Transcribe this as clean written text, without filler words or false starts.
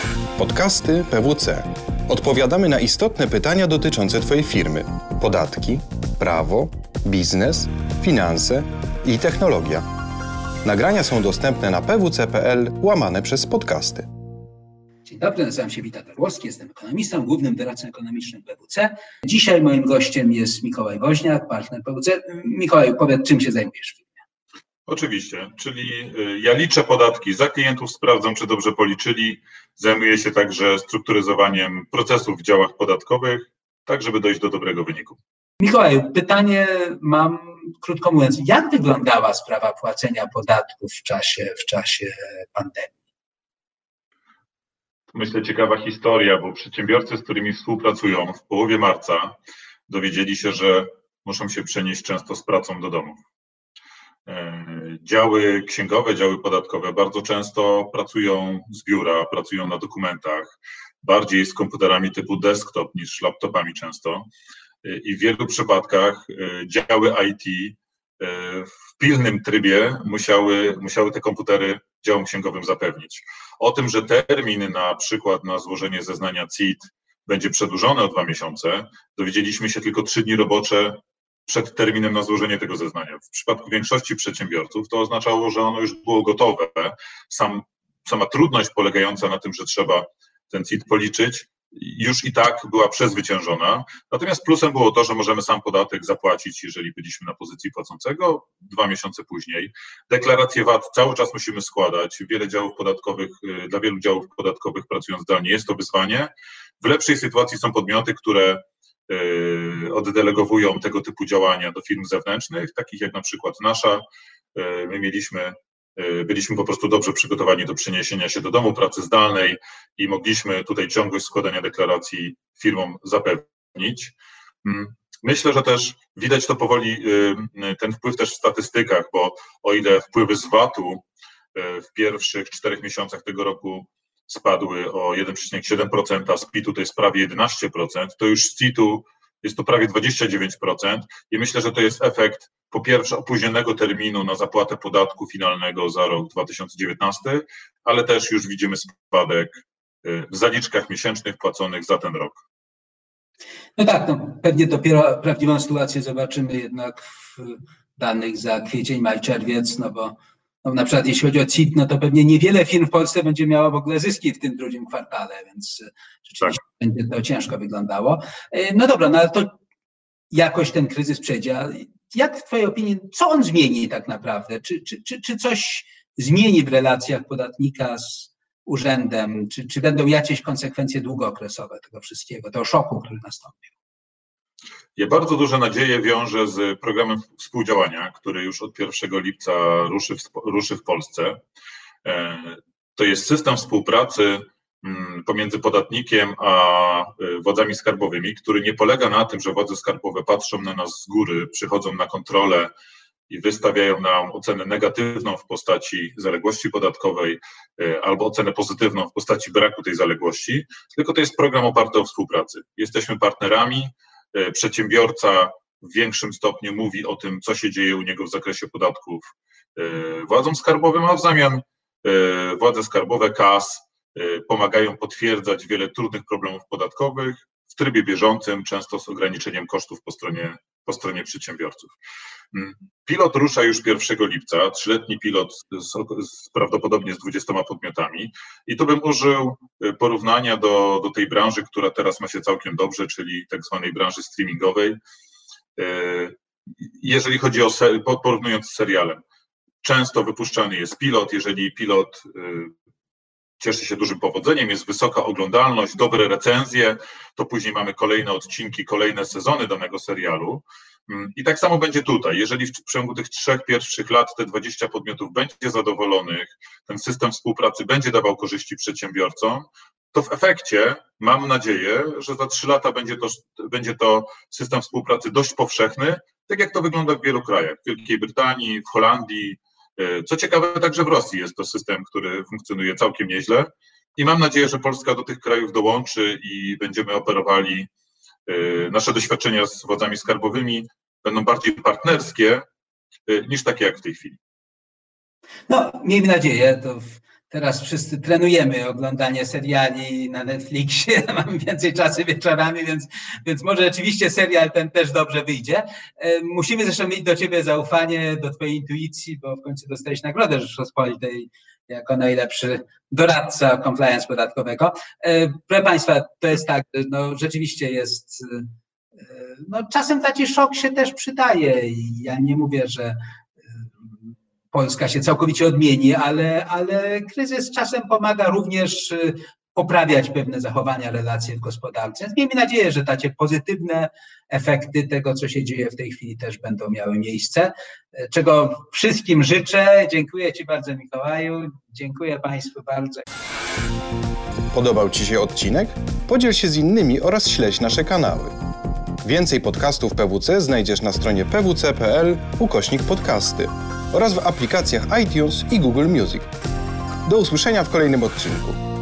Podcasty PWC. Odpowiadamy na istotne pytania dotyczące Twojej firmy. Podatki, prawo, biznes, finanse i technologia. Nagrania są dostępne na pwc.pl/podcasty. Dzień dobry, nazywam się Witold Orłowski, jestem ekonomistą, głównym doradcą ekonomicznym PWC. Dzisiaj moim gościem jest Mikołaj Woźniak, partner PWC. Mikołaj, powiedz, czym się zajmujesz w firmie? Oczywiście, czyli ja liczę podatki za klientów, sprawdzam, czy dobrze policzyli. Zajmuję się także strukturyzowaniem procesów w działach podatkowych, tak żeby dojść do dobrego wyniku. Mikołaj, pytanie mam, krótko mówiąc, jak wyglądała sprawa płacenia podatków w czasie pandemii? Myślę, ciekawa historia, bo przedsiębiorcy, z którymi współpracują, w połowie marca dowiedzieli się, że muszą się przenieść często z pracą do domów. Działy księgowe, działy podatkowe bardzo często pracują z biura, pracują na dokumentach, bardziej z komputerami typu desktop niż laptopami często. I w wielu przypadkach działy IT w pilnym trybie musiały te komputery działom księgowym zapewnić. O tym, że termin na przykład na złożenie zeznania CIT będzie przedłużony o 2 miesiące, dowiedzieliśmy się tylko 3 dni robocze przed terminem na złożenie tego zeznania. W przypadku większości przedsiębiorców to oznaczało, że ono już było gotowe. Sama trudność polegająca na tym, że trzeba ten CIT policzyć, już i tak była przezwyciężona. Natomiast plusem było to, że możemy sam podatek zapłacić, jeżeli byliśmy na pozycji płacącego 2 miesiące później. Deklarację VAT cały czas musimy składać. Dla wielu działów podatkowych pracując zdalnie jest to wyzwanie. W lepszej sytuacji są podmioty, które oddelegowują tego typu działania do firm zewnętrznych, takich jak na przykład nasza. My byliśmy po prostu dobrze przygotowani do przeniesienia się do domu, pracy zdalnej i mogliśmy tutaj ciągłość składania deklaracji firmom zapewnić. Myślę, że też widać to powoli, ten wpływ też w statystykach, bo o ile wpływy z VAT-u w pierwszych 4 miesiącach tego roku spadły o 1,7%, a z PIT-u to jest prawie 11%, to już z CIT-u jest to prawie 29% i myślę, że to jest efekt po pierwsze opóźnionego terminu na zapłatę podatku finalnego za rok 2019, ale też już widzimy spadek w zaliczkach miesięcznych płaconych za ten rok. No tak, pewnie dopiero prawdziwą sytuację zobaczymy jednak w danych za kwiecień, maj, czerwiec, bo na przykład jeśli chodzi o CIT, to pewnie niewiele firm w Polsce będzie miało w ogóle zyski w tym drugim kwartale, więc rzeczywiście będzie to ciężko wyglądało. No dobra, ale to jakoś ten kryzys przejdzie. Jak w Twojej opinii, co on zmieni tak naprawdę? Czy coś zmieni w relacjach podatnika z urzędem? Czy będą jakieś konsekwencje długookresowe tego wszystkiego, tego szoku, który nastąpił? Ja bardzo duże nadzieje wiążę z programem współdziałania, który już od 1 lipca ruszy w Polsce. To jest system współpracy pomiędzy podatnikiem a władzami skarbowymi, który nie polega na tym, że władze skarbowe patrzą na nas z góry, przychodzą na kontrolę i wystawiają nam ocenę negatywną w postaci zaległości podatkowej albo ocenę pozytywną w postaci braku tej zaległości, tylko to jest program oparty o współpracę. Jesteśmy partnerami. Przedsiębiorca w większym stopniu mówi o tym, co się dzieje u niego w zakresie podatków władzom skarbowym, a w zamian władze skarbowe, KAS pomagają potwierdzać wiele trudnych problemów podatkowych w trybie bieżącym, często z ograniczeniem kosztów po stronie przedsiębiorców. Pilot rusza już 1 lipca, 3-letni pilot prawdopodobnie z 20 podmiotami i tu bym użył porównania do tej branży, która teraz ma się całkiem dobrze, czyli tak zwanej branży streamingowej. Jeżeli chodzi o porównując z serialem, często wypuszczany jest pilot, jeżeli pilot cieszy się dużym powodzeniem, jest wysoka oglądalność, dobre recenzje, to później mamy kolejne odcinki, kolejne sezony danego serialu. I tak samo będzie tutaj. Jeżeli w ciągu tych 3 pierwszych lat te 20 podmiotów będzie zadowolonych, ten system współpracy będzie dawał korzyści przedsiębiorcom, to w efekcie mam nadzieję, że za 3 lata będzie to system współpracy dość powszechny, tak jak to wygląda w wielu krajach. W Wielkiej Brytanii, w Holandii. Co ciekawe, także w Rosji jest to system, który funkcjonuje całkiem nieźle i mam nadzieję, że Polska do tych krajów dołączy i będziemy operowali. Nasze doświadczenia z władzami skarbowymi będą bardziej partnerskie niż takie jak w tej chwili. No, miejmy nadzieję, to teraz wszyscy trenujemy oglądanie seriali na Netflixie, mamy więcej czasu wieczorami, więc może rzeczywiście serial ten też dobrze wyjdzie. Musimy zresztą mieć do ciebie zaufanie, do twojej intuicji, bo w końcu dostałeś nagrodę Rzeczypospolitej jako najlepszy doradca compliance podatkowego. Proszę Państwa, to jest tak, no rzeczywiście jest, no czasem taki szok się też przydaje i ja nie mówię, że Polska się całkowicie odmieni, ale kryzys czasem pomaga również poprawiać pewne zachowania, relacje w gospodarce. Miejmy nadzieję, że takie pozytywne efekty tego, co się dzieje w tej chwili, też będą miały miejsce, czego wszystkim życzę. Dziękuję Ci bardzo, Mikołaju. Dziękuję Państwu bardzo. Podobał Ci się odcinek? Podziel się z innymi oraz śledź nasze kanały. Więcej podcastów PWC znajdziesz na stronie pwc.pl/podcasty oraz w aplikacjach iTunes i Google Music. Do usłyszenia w kolejnym odcinku.